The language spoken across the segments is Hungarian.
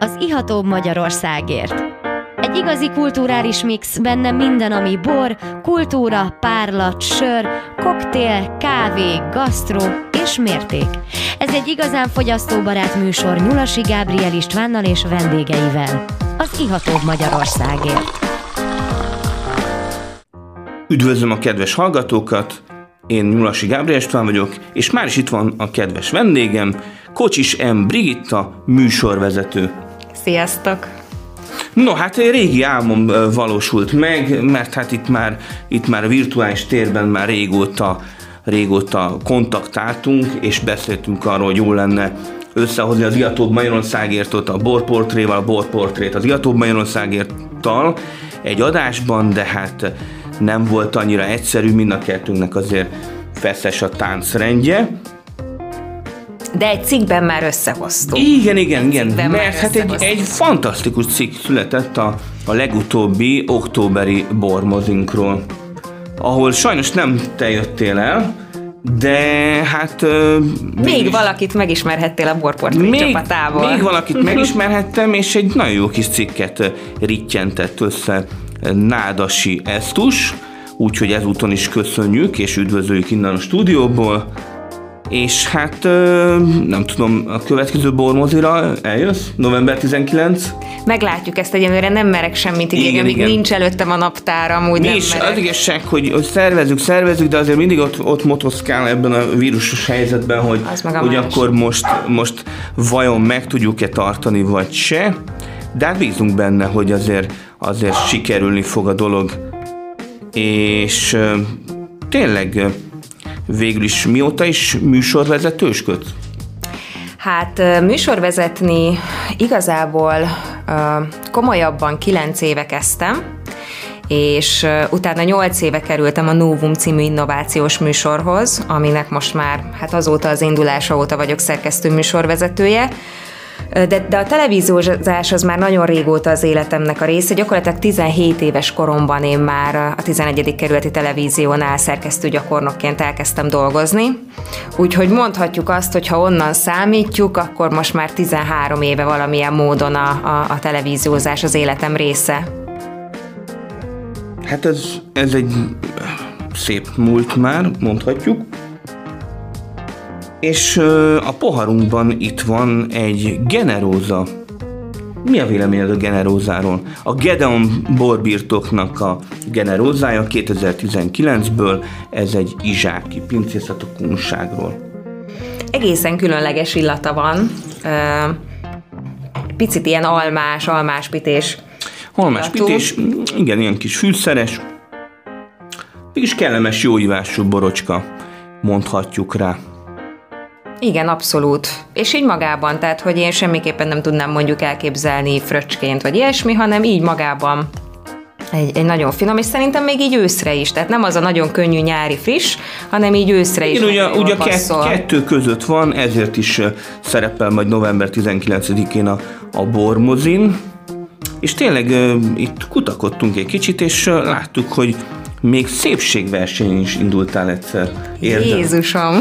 az ihatóbb Magyarországért. Egy igazi kulturális mix, benne minden, ami bor, kultúra, párlat, sör, koktél, kávé, gasztró és mérték. Ez egy igazán fogyasztóbarát műsor Nyulasi Gábriel Istvánnal és vendégeivel. Az ihatóbb Magyarországért. Üdvözlöm a kedves hallgatókat! Én Nyulasi Gábriel István vagyok, és már is itt van a kedves vendégem, Kocsis M. Brigitta, műsorvezető. Sziasztok! No, hát egy régi álmom valósult meg, mert hát itt már a virtuális térben már régóta kontaktáltunk, és beszéltünk arról, hogy jó lenne összehozni az ihatóbb Magyarországért a borportréval, a borportrét az ihatóbb Magyarországérttal egy adásban, de hát nem volt annyira egyszerű, mind a kettőnknek azért feszes a táncrendje. De egy cikkben már összehoztuk. Igen, mert hát egy fantasztikus cikk született a legutóbbi októberi bormozinkról, ahol sajnos nem te jöttél el, de hát... Még valakit megismerhettél a borportré csapatából. Még valakit megismerhettem, és egy nagyon jó kis cikket rittyentett össze Nádasi Esztus, úgyhogy ezúton is köszönjük, és üdvözöljük innen a stúdióból. És hát nem tudom, a következő bormozira eljössz? November 19? Meglátjuk ezt egyenlőre, nem merek semmit ígérni, amíg nincs előttem a naptáram, úgy nem merek. Az igazság, hogy szervezzük, de azért mindig ott motoszkál ebben a vírusos helyzetben, hogy akkor most vajon meg tudjuk-e tartani, vagy se. De hát bízunk benne, hogy azért sikerülni fog a dolog. És tényleg végül is mióta is műsorvezetősködsz? Hát műsorvezetni igazából komolyabban 9 éve kezdtem, és utána 8 éve kerültem a Novum című innovációs műsorhoz, aminek most már azóta az indulása óta vagyok szerkesztő műsorvezetője. De a televíziózás az már nagyon régóta az életemnek a része. Gyakorlatilag 17 éves koromban én már a 11. kerületi televíziónál szerkesztőgyakornokként elkezdtem dolgozni. Úgyhogy mondhatjuk azt, hogy ha onnan számítjuk, akkor most már 13 éve valamilyen módon a televíziózás az életem része. Hát ez egy szép múlt már, mondhatjuk. És a poharunkban itt van egy generóza. Mi a véleményed a generózáról? A Gedeon borbirtoknak a generózája 2019-ből, ez egy izsáki pincészet a kunságról. Egészen különleges illata van. Picit ilyen almáspités. Almáspités, igen, ilyen kis fűszeres. Mégis kellemes, jóívású borocska, mondhatjuk rá. Igen, abszolút. És így magában, tehát hogy én semmiképpen nem tudnám mondjuk elképzelni fröccsként vagy ilyesmi, hanem így magában egy nagyon finom, és szerintem még így őszre is, tehát nem az a nagyon könnyű nyári friss, hanem így őszre is. Ugye kettő között van, ezért is szerepel majd november 19-én a bormozin, és tényleg itt kutakodtunk egy kicsit, és láttuk, hogy még szépségversenyen is indultál egyszer. Jézusom!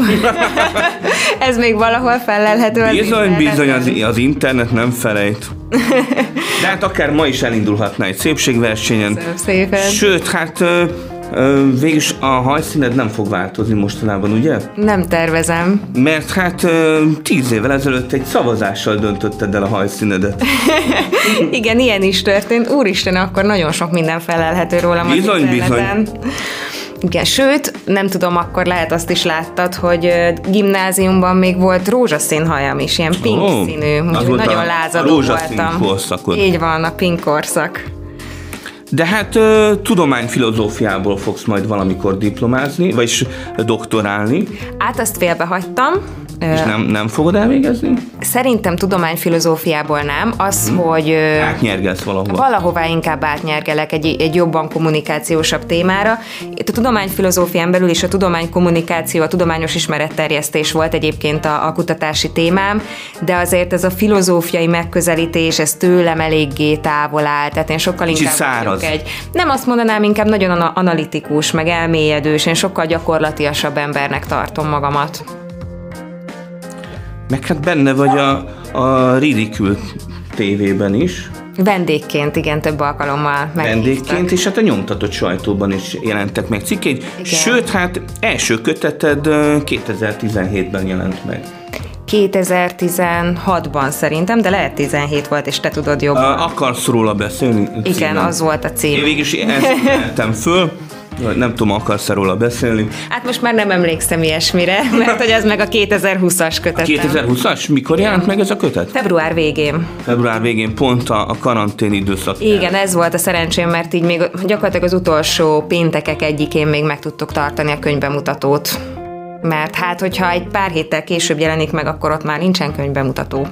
Ez még valahol felelhető az Bizony, az internet nem felejt. De hát akár ma is elindulhatná egy szépségversenyen. Köszönöm szépen. Sőt, hát végülis a hajszíned nem fog változni mostanában, ugye? Nem tervezem. Mert hát 10 évvel ezelőtt egy szavazással döntötted el a hajszínedet. Igen, ilyen is történt. Úristen, akkor nagyon sok minden felelhető rólam az interneten. Bizony. Igen, sőt, nem tudom, akkor lehet azt is láttad, hogy gimnáziumban még volt rózsaszín hajam is, ilyen pink színű, úgyhogy nagyon lázadó voltam. Korszakot. Így van, a pink korszak. De hát tudományfilozófiából fogsz majd valamikor diplomázni, vagyis doktorálni. Azt félbehagytam. És nem fogod elvégezni? Szerintem tudományfilozófiából nem. Hogy... Átnyergelsz valahova. Valahová inkább átnyergelek egy jobban kommunikációsabb témára. Itt a tudományfilozófián belül is a tudománykommunikáció, a tudományos ismeretterjesztés volt egyébként a kutatási témám, de azért ez a filozófiai megközelítés, ez tőlem eléggé távol áll. Tehát én sokkal inkább száraz. Nem azt mondanám, inkább nagyon analitikus, meg elmélyedős, én sokkal gyakorlatiasabb embernek tartom magamat. Meg hát benne vagy a ridicule tévében is. Vendégként, igen, több alkalommal meghívtak. Vendégként, és hát a nyomtatott sajtóban is jelentek meg cikkeid. Sőt, hát első köteted 2017-ben jelent meg. 2016-ban szerintem, de lehet 17 volt, és te tudod jobban. Akarsz róla beszélni? Igen, az volt a cím. Én végülis ezt mentem föl, nem tudom, akarsz róla beszélni? Hát most már nem emlékszem ilyesmire, mert hogy ez meg a 2020-as kötetem. 2020-as? Mikor jelent meg ez a kötet? Február végén. Február végén, pont a karantén időszak. Igen, ez volt a szerencsém, mert így még gyakorlatilag az utolsó péntekek egyikén még meg tudtuk tartani a könyvbemutatót. Mert hát, hogyha egy pár héttel később jelenik meg, akkor ott már nincsen könyvbemutató.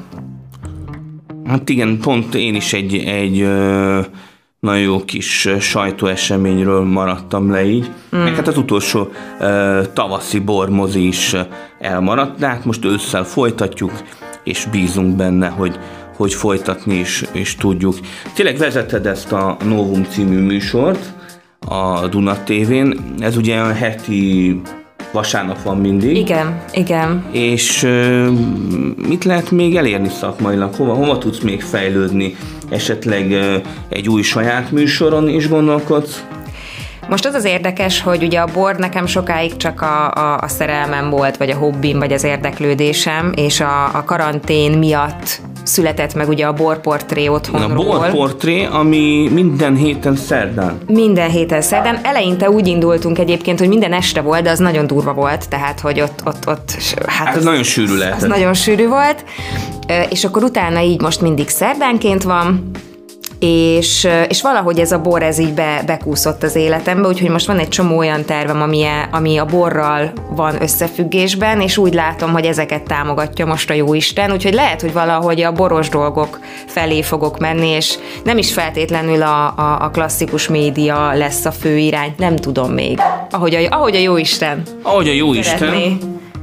Hát igen, pont én is egy nagyon jó kis sajtóeseményről maradtam le így. Meg hát az utolsó tavaszi bormozi is elmaradt, de hát most ősszel folytatjuk, és bízunk benne, hogy folytatni is tudjuk. Tényleg vezeted ezt a Novum című műsort a Duna TV-n. Ez ugye a heti vasárnap van mindig. Igen. És mit lehet még elérni szakmailag? Hova tudsz még fejlődni? Esetleg egy új saját műsoron is gondolkodsz? Most az érdekes, hogy ugye a bor nekem sokáig csak a szerelmem volt, vagy a hobbim, vagy az érdeklődésem, és a karantén miatt született meg ugye a borportré otthonról. A borportré, ami minden héten szerdán. Minden héten szerdán. Eleinte úgy indultunk egyébként, hogy minden este volt, de az nagyon durva volt, tehát hogy ott hát ez nagyon sűrű lehetett. Az nagyon sűrű volt, és akkor utána így most mindig szerdánként van, és valahogy ez a bor ez így bekúszott az életembe, úgyhogy most van egy csomó olyan tervem, ami a borral van összefüggésben, és úgy látom, hogy ezeket támogatja most a Jóisten, úgyhogy lehet, hogy valahogy a boros dolgok felé fogok menni, és nem is feltétlenül a klasszikus média lesz a fő irány, nem tudom még. Ahogy a Jóisten. Ahogy a Jóisten. Szeretné.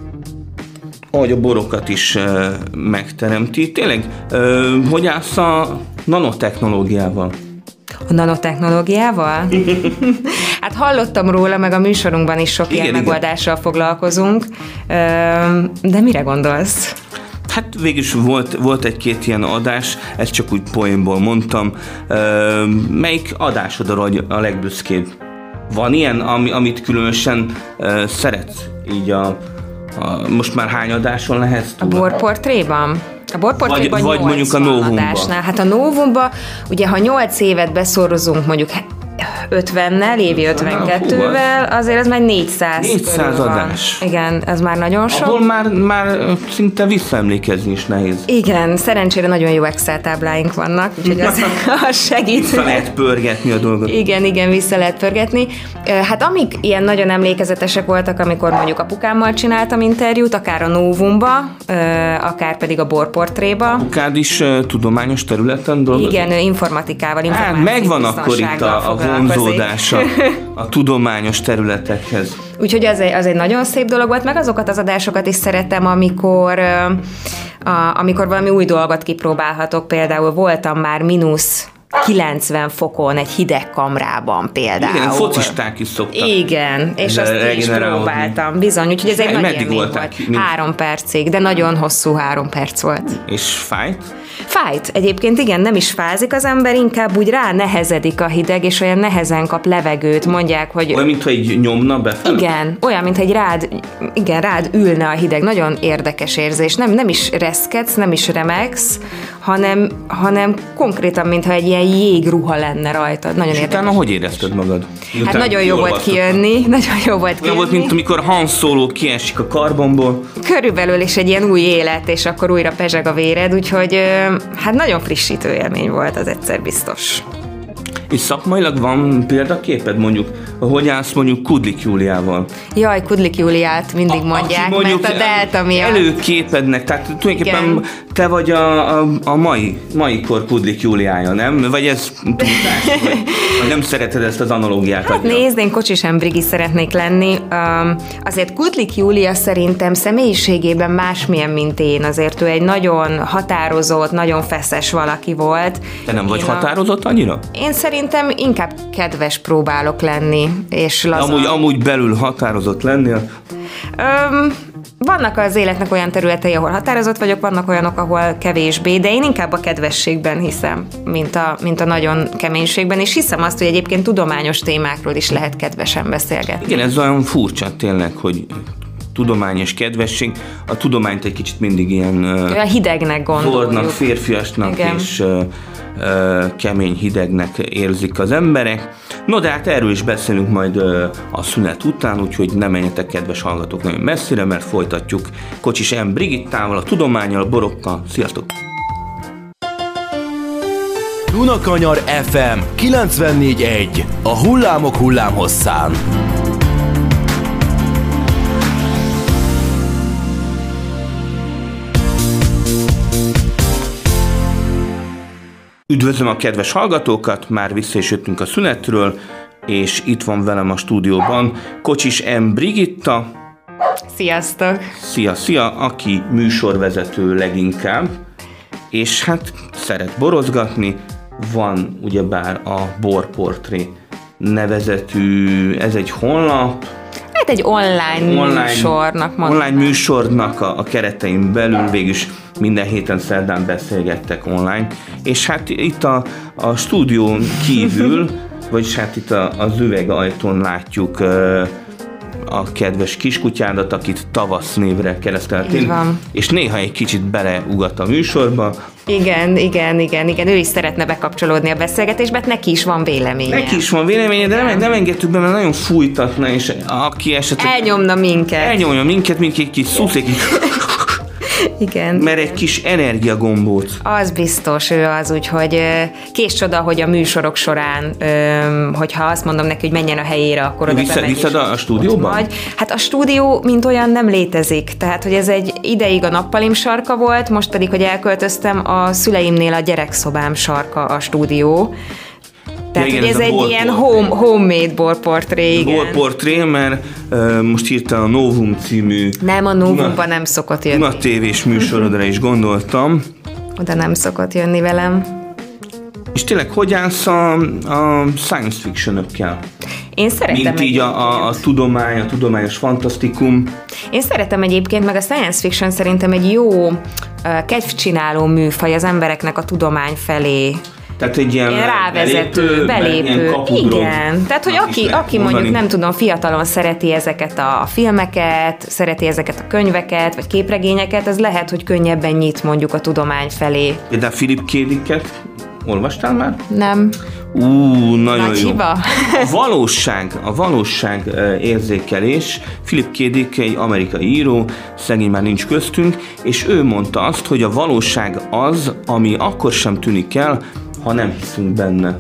Ahogy a borokat is megteremti. Tényleg, hogy állsz a nanotechnológiával? A nanotechnológiával? Hát hallottam róla, meg a műsorunkban is sok ilyen megoldással foglalkozunk, de mire gondolsz? Hát végülis volt egy-két ilyen adás, ezt csak úgy poénból mondtam. Melyik adásodra a legbüszkébb? Van ilyen, amit különösen szeretsz? Így most már hány adáson lehet? A borportréban? A borportréban vagy mondjuk a Novumba. Hát a Novumba, ugye ha 8 évet beszorozunk mondjuk 50-nel, évi 52-vel, azért ez már 400 adás. Igen, ez már nagyon sok. Abból már szinte visszaemlékezni is nehéz. Igen, szerencsére nagyon jó Excel tábláink vannak, úgyhogy az segít. Vissza lehet pörgetni a dolgot. Igen, vissza lehet pörgetni. Hát amik ilyen nagyon emlékezetesek voltak, amikor mondjuk apukámmal csináltam interjút, akár a Novumba, akár pedig a borportréba. Apukád is tudományos területen dolgozik? Igen, informatikával, megvan akkor itt a vonzódása a tudományos területekhez. Úgyhogy az egy nagyon szép dolog volt, meg azokat az adásokat is szeretem, amikor valami új dolgot kipróbálhatok. Például voltam már -90 fokon egy hideg kamrában például. Igen, focisták is szoktak. Igen, és azt is próbáltam. Bizony, úgyhogy ez egy nagy élmény volt. 3 percig, de nagyon hosszú 3 perc volt. És fájt? Fájt. Egyébként igen, nem is fázik az ember, inkább úgy ránehezedik a hideg, és olyan nehezen kap levegőt, mondják, hogy... Olyan, mintha egy nyomna befelé? Igen, olyan, mintha egy rád ülne a hideg. Nagyon érdekes érzés. Nem is reszketsz, nem is remegsz, hanem konkrétan, mintha egy ilyen jégruha lenne rajtad. Nagyon és érdekes. utána hogy érezted magad? Hát nagyon jó volt kijönni. Olyan volt, mint amikor Han Solo kiesik a karbonból. Körülbelül is egy ilyen új élet, és akkor újra pezseg a véred, úgyhogy hát nagyon frissítő élmény volt, az egyszer biztos. És szakmailag van példaképed mondjuk, hogy állsz mondjuk Kudlik Júliával? Jaj, Kudlik Júliát mindig mondják, mert a delta miatt. Előképednek, tehát tulajdonképpen igen. Te vagy a mai kor Kudlik Júliája, nem? Vagy ez tudás, vagy nem szereted ezt az analógiát? Hát nézd, én Kocsis Embrigi szeretnék lenni. Azért Kudlik Júlia szerintem személyiségében másmilyen, mint én. Azért ő egy nagyon határozott, nagyon feszes valaki volt. Te nem vagy határozott annyira? Én szerintem inkább kedves próbálok lenni, és lazán. Amúgy belül határozott lennél? vannak az életnek olyan területei, ahol határozott vagyok, vannak olyanok, ahol kevésbé, de én inkább a kedvességben hiszem, mint a nagyon keménységben, és hiszem azt, hogy egyébként tudományos témákról is lehet kedvesen beszélgetni. Igen, ez olyan furcsa tényleg, hogy tudományos kedvesség. A tudományt egy kicsit mindig ilyen olyan hidegnek gondoljuk. Férfiasnak igen. És kemény hidegnek érzik az emberek. No, de hát erről is beszélünk majd a szünet után, úgyhogy ne menjetek, kedves hallgatók, nagyon messzire, mert folytatjuk Kocsis M. Brigittával, a tudománnyal, borokkal. Sziasztok! Dunakanyar FM 94.1. A hullámok hullámhosszán. Üdvözlöm a kedves hallgatókat, már vissza is jöttünk a szünetről, és itt van velem a stúdióban Kocsis M. Brigitta. Sziasztok! Szia, aki műsorvezető leginkább, és hát szeret borozgatni. Van ugyebár a Borportré nevezetű, ez egy honlap, Hát egy online műsornak mondom. Online műsornak a keretein belül végülis minden héten szerdán beszélgettek online, és hát itt a stúdión kívül, vagyis hát itt az üvegajtón látjuk a kedves kiskutyádat, akit Tavasz névre kereszteltél, és néha egy kicsit beleugat a műsorba. Igen, ő is szeretne bekapcsolódni a beszélgetésbe, neki is van véleménye. De nem engedtük be, mert nagyon fújtatna, és aki esetleg... Elnyomna minket, mint egy kis szuszék. Igen. Mert egy kis energiagombóc. Az biztos, ő az, úgyhogy kés csoda, hogy a műsorok során, hogyha azt mondom neki, hogy menjen a helyére, akkor oda bemegy. Visszad a stúdióban? Hát a stúdió, mint olyan, nem létezik. Tehát, hogy ez egy ideig a nappalim sarka volt, most pedig, hogy elköltöztem, a szüleimnél a gyerekszobám sarka a stúdió. Tehát, igen, hogy ez egy ilyen homemade borportré, igen. Borportré, mert most írtam a Novum című... Nem, a Novumban nem szokott jönni. Duna tévés műsorodra is gondoltam. Oda nem szokott jönni velem. És tényleg, hogy állsz a science fiction-ökkel? Én szeretem mint így a tudomány, a tudományos fantasztikum. Én szeretem egyébként, meg a science fiction szerintem egy jó kedvcsináló műfaj az embereknek a tudomány felé. Tehát egy ilyen belépő. Igen. Tehát, hogy aki mondjuk nem tudom, fiatalon szereti ezeket a filmeket, szereti ezeket a könyveket, vagy képregényeket, az lehet, hogy könnyebben nyit mondjuk a tudomány felé. De Philip K. Dicket olvastál már? Nem. Nagyon nagy jó. Hiba. A valóság érzékelés. Philip K. Dick egy amerikai író, szegény már nincs köztünk, és ő mondta azt, hogy a valóság az, ami akkor sem tűnik el, ha nem hiszünk benne.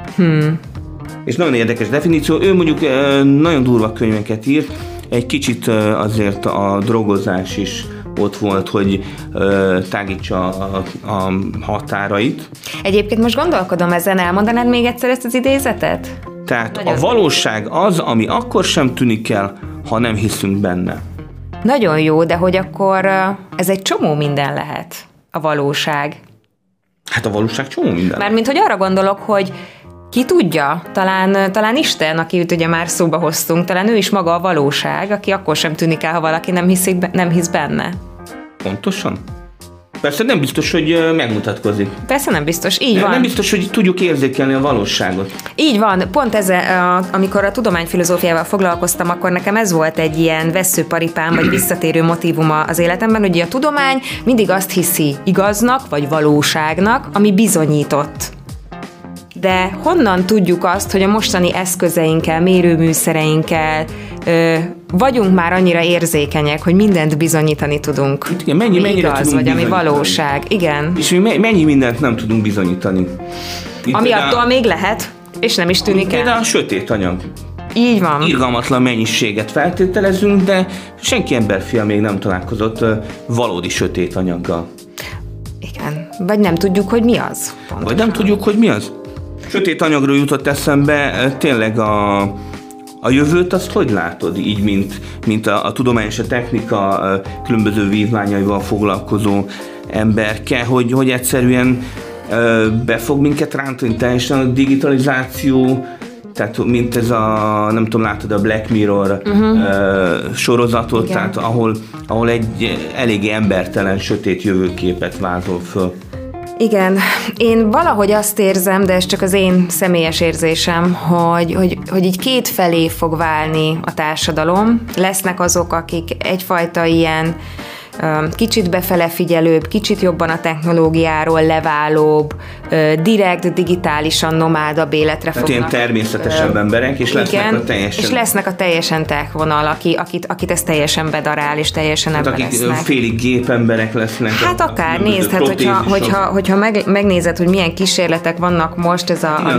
És nagyon érdekes definíció. Ő mondjuk nagyon durva könyveket írt, egy kicsit azért a drogozás is ott volt, hogy tágítsa a határait. Egyébként most gondolkodom ezen, elmondanád még egyszer ezt az idézetet? Tehát nagyon a valóság az, ami akkor sem tűnik el, ha nem hiszünk benne. Nagyon jó, de hogy akkor ez egy csomó minden lehet, a valóság. Hát a valóság csomó minden. Mármint, hogy arra gondolok, hogy ki tudja, talán Isten, akit ugye már szóba hoztunk, talán ő is maga a valóság, aki akkor sem tűnik el, ha valaki nem hisz benne. Pontosan. Persze nem biztos, hogy megmutatkozik. Persze nem biztos, így van. Nem biztos, hogy tudjuk érzékelni a valóságot. Így van, pont ez, amikor a tudományfilozófiával foglalkoztam, akkor nekem ez volt egy ilyen vesszőparipám, vagy visszatérő motívuma az életemben, hogy a tudomány mindig azt hiszi igaznak, vagy valóságnak, ami bizonyított. De honnan tudjuk azt, hogy a mostani eszközeinkkel, mérőműszereinkkel vagyunk már annyira érzékenyek, hogy mindent bizonyítani tudunk. Igen, mennyire igaz, tudunk vagy ami valóság. Igen. És mennyi mindent nem tudunk bizonyítani. Ami attól még lehet, és nem is tűnik el. Például a sötét anyag. Így van. Irgalmatlan mennyiséget feltételezünk, de senki emberfia még nem találkozott valódi sötét anyaggal. Igen. Vagy nem tudjuk, hogy mi az. Pontosan. Vagy nem tudjuk, hogy mi az. Sötét anyagról jutott eszembe, tényleg a jövőt azt hogy látod? Így, mint a tudomány és a technika különböző vívmányaival foglalkozó emberke, hogy egyszerűen be fog minket rántani teljesen a digitalizáció Tehát mint ez nem tudom, látod a Black Mirror sorozatot, igen. Tehát ahol egy eléggé embertelen, sötét jövőképet vázol föl. Igen, én valahogy azt érzem, de ez csak az én személyes érzésem, hogy így két felé fog válni a társadalom. Lesznek azok, akik egyfajta ilyen kicsit befele figyelőbb, kicsit jobban a technológiáról leválóbb, direkt, digitálisan nomádabb életre fognak. Tehát ilyen természetesebb emberek, és lesznek a teljesen... és lesznek a teljesen tech vonal, akit ez teljesen bedarál, és teljesen ebben lesznek. Akik félig gépemberek lesznek. Hát akár, nézd, hát hogyha megnézed, hogy milyen kísérletek vannak most, ez a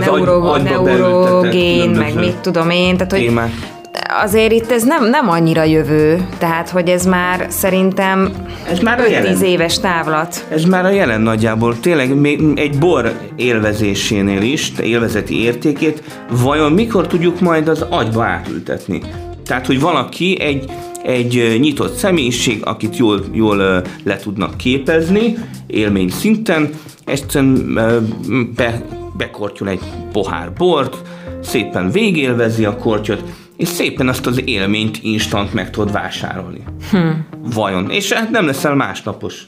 neurogén, meg mit tudom én, tehát hogy azért itt ez nem annyira jövő, tehát hogy ez már szerintem 5-10 éves távlat. Ez már a jelen nagyjából. Tényleg még egy bor élvezésénél is, élvezeti értékét vajon mikor tudjuk majd az agyba átültetni? Tehát, hogy valaki egy nyitott személyiség, akit jól le tudnak képezni, élmény szinten, egyszerűen bekortyol egy pohár bort, szépen végélvezi a kortyot, és szépen azt az élményt instant meg tudod vásárolni. Vajon? És hát nem leszel másnapos.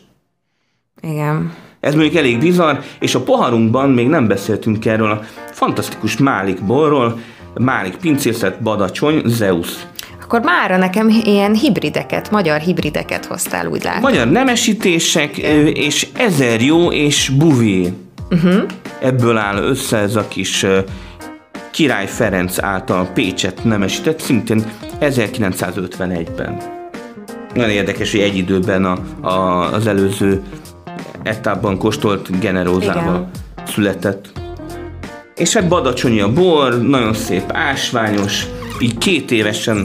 Igen. Ez mondjuk elég bizarr, és a poharunkban még nem beszéltünk erről a fantasztikus Málik borról, Málik pincészet, Badacsony, Zeus. Akkor mára nekem ilyen hibrideket, magyar hibrideket hoztál, úgy látom. Magyar nemesítések, és Ezerjó és Bouvier. Ebből áll össze ez a kis Király Ferenc által Pécset nemesített, szintén 1951-ben. Nagyon érdekes, hogy egy időben az előző etapban kóstolt generózával született. És hát badacsonyi a bor, nagyon szép ásványos, így 2 évesen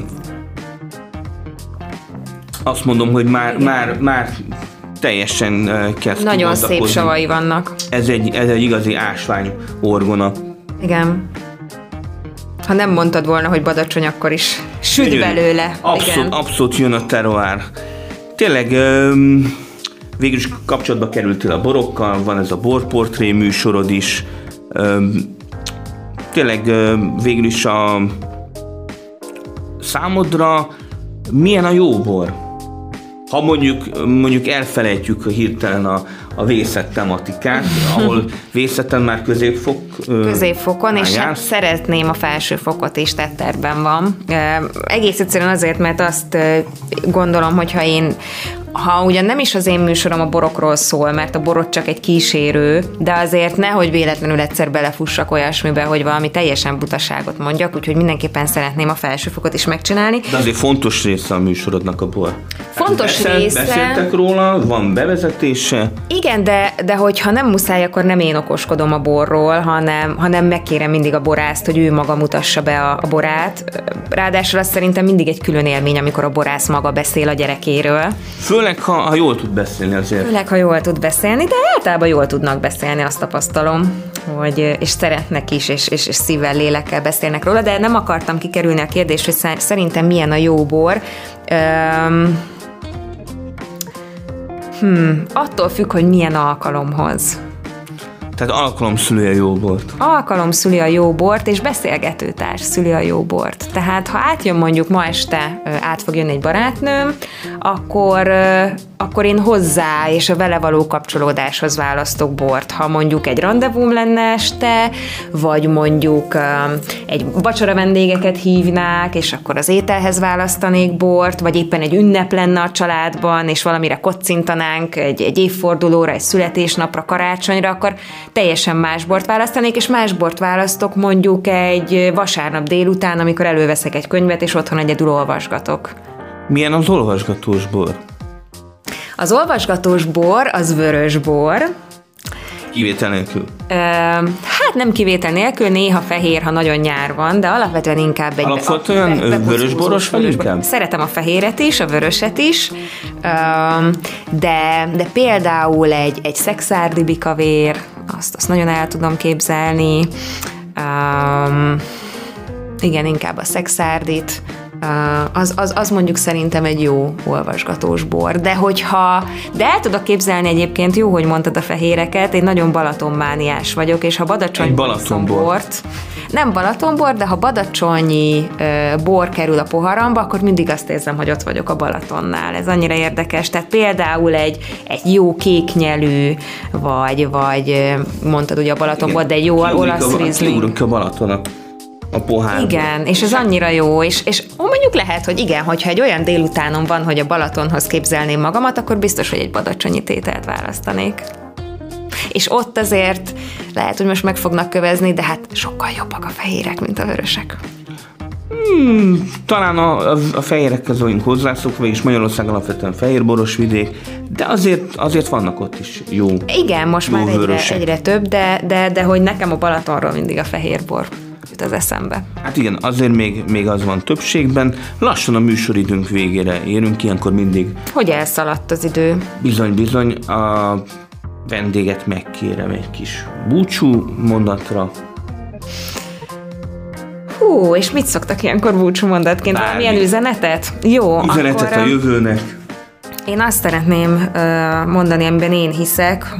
azt mondom, hogy már teljesen kezd nagyon szép savai vannak. Ez egy igazi ásvány orgona. Igen. Ha nem mondtad volna, hogy Badacsony, akkor is süt belőle. Abszolút jön a terroár. Tényleg végül is kapcsolatba kerültél a borokkal, van ez a borportré műsorod is. Tényleg végül is a számodra milyen a jó bor? Ha mondjuk elfelejtjük hirtelen a vészet tematikát, ahol vészeten már középfokon, és hát szeretném a felsőfokot is, tetterben van. Egész egyszerűen azért, mert azt gondolom, ha ugyan nem is az én műsorom a borokról szól, mert a borot csak egy kísérő, de azért nehogy véletlenül egyszer belefussak olyasmibe, hogy valami teljesen butaságot mondjak, úgyhogy mindenképpen szeretném a felsőfokot is megcsinálni. De azért fontos része a műsorodnak a bor. Fontos része. Beszéltek róla, van bevezetése. Igen, de hogyha nem muszáj, akkor nem én okoskodom a borról, hanem megkérem mindig a borászt, hogy ő maga mutassa be a borát. Ráadásul az szerintem mindig egy külön élmény, amikor a borász maga beszél a gyerekéről. Főleg, ha jól tud beszélni azért. Főleg, ha jól tud beszélni, de általában jól tudnak beszélni, azt tapasztalom, és szeretnek is, és szívvel, lélekkel beszélnek róla, de nem akartam kikerülni a kérdést, hogy szerintem milyen a jó bor. Attól függ, hogy milyen alkalomhoz. Tehát alkalom szüli a jó bort. Alkalom szüli a jó bort, és beszélgetőtárs szüli a jó bort. Tehát, ha átjön mondjuk ma este, át fog jönni egy barátnőm, akkor én hozzá és a vele való kapcsolódáshoz választok bort. Ha mondjuk egy randevúm lenne este, vagy mondjuk egy vacsora vendégeket hívnák, és akkor az ételhez választanék bort, vagy éppen egy ünnep lenne a családban, és valamire kocintanánk egy évfordulóra, egy születésnapra, karácsonyra, akkor teljesen más bort választanék, és más bort választok mondjuk egy vasárnap délután, amikor előveszek egy könyvet, és otthon egyedül olvasgatok. Milyen az olvasgatós bor? Az olvasgatós bor az vörös bor. Kivétel nélkül? Hát nem kivétel nélkül, néha fehér, ha nagyon nyár van, de alapvetően inkább egy... Alapvetően vörösboros vagy inkább? Szeretem a fehéret is, a vöröset is, de például egy szexárdi bikavér, azt nagyon el tudom képzelni. Igen, inkább a szexárdit. az mondjuk szerintem egy jó olvasgatós bor. De el tudok képzelni egyébként, jó, hogy mondtad a fehéreket, én nagyon balatonmániás vagyok, és ha badacsonyból iszom bort, nem Balatonbor, de ha badacsonyi bor kerül a poharamba, akkor mindig azt érzem, hogy ott vagyok a Balatonnál. Ez annyira érdekes. Tehát például egy jó kéknyelű, vagy mondtad ugye a Balatonbor, de egy jó olasz rizling. Kiugrunk a Balaton a pohárba. Igen, és ez annyira jó, és mondjuk lehet, hogy igen, hogyha egy olyan délutánom van, hogy a Balatonhoz képzelném magamat, akkor biztos, hogy egy badacsonyi tételt választanik. És ott azért lehet, hogy most meg fognak kövezni, de hát sokkal jobbak a fehérek, mint a vörösek. Talán a fehérekhez vagyunk hozzászokva, és Magyarország alapvetően fehérboros vidék, de azért vannak ott is jó. Igen, most már egyre több, de hogy nekem a Balatonról mindig a fehérbor jut az eszembe. Hát igen, azért még az van többségben. Lassan a műsoridőnk végére érünk, ilyenkor mindig. Hogy elszaladt az idő? Bizony, a vendéget megkérem egy kis búcsú mondatra. Hú, és mit szoktak ilyenkor búcsú mondatként? Milyen üzenetet? Jó, üzenetet akkor, a jövőnek. Én azt szeretném mondani, amiben én hiszek,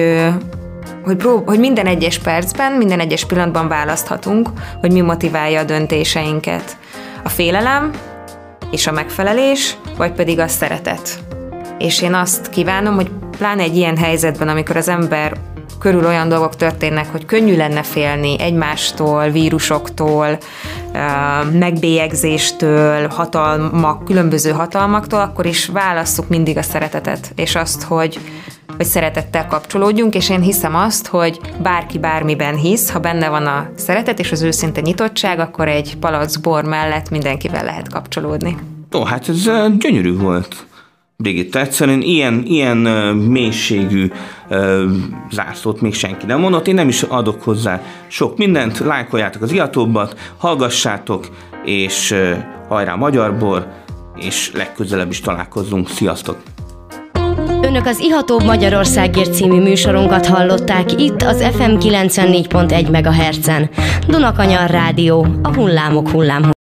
hogy minden egyes percben, minden egyes pillanatban választhatunk, hogy mi motiválja a döntéseinket. A félelem és a megfelelés, vagy pedig a szeretet. És én azt kívánom, hogy pláne egy ilyen helyzetben, amikor az ember körül olyan dolgok történnek, hogy könnyű lenne félni egymástól, vírusoktól, megbélyegzéstől, különböző hatalmaktól, akkor is válasszuk mindig a szeretetet, és azt, hogy szeretettel kapcsolódjunk, és én hiszem azt, hogy bárki bármiben hisz, ha benne van a szeretet és az őszinte nyitottság, akkor egy palack bor mellett mindenkivel lehet kapcsolódni. Hát ez gyönyörű volt. Brigitta, egyszerűen ilyen mélységű zászlót még senki nem mondott, én nem is adok hozzá sok mindent, lájkoljátok az Ihatóbbat, hallgassátok, és hajrá Magyar Bor, és legközelebb is találkozzunk. Sziasztok! Önök az Ihatóbb Magyarországért című műsorunkat hallották itt az FM 94.1 MHz-en. Dunakanyar Rádió, a hullámok hullámhoz.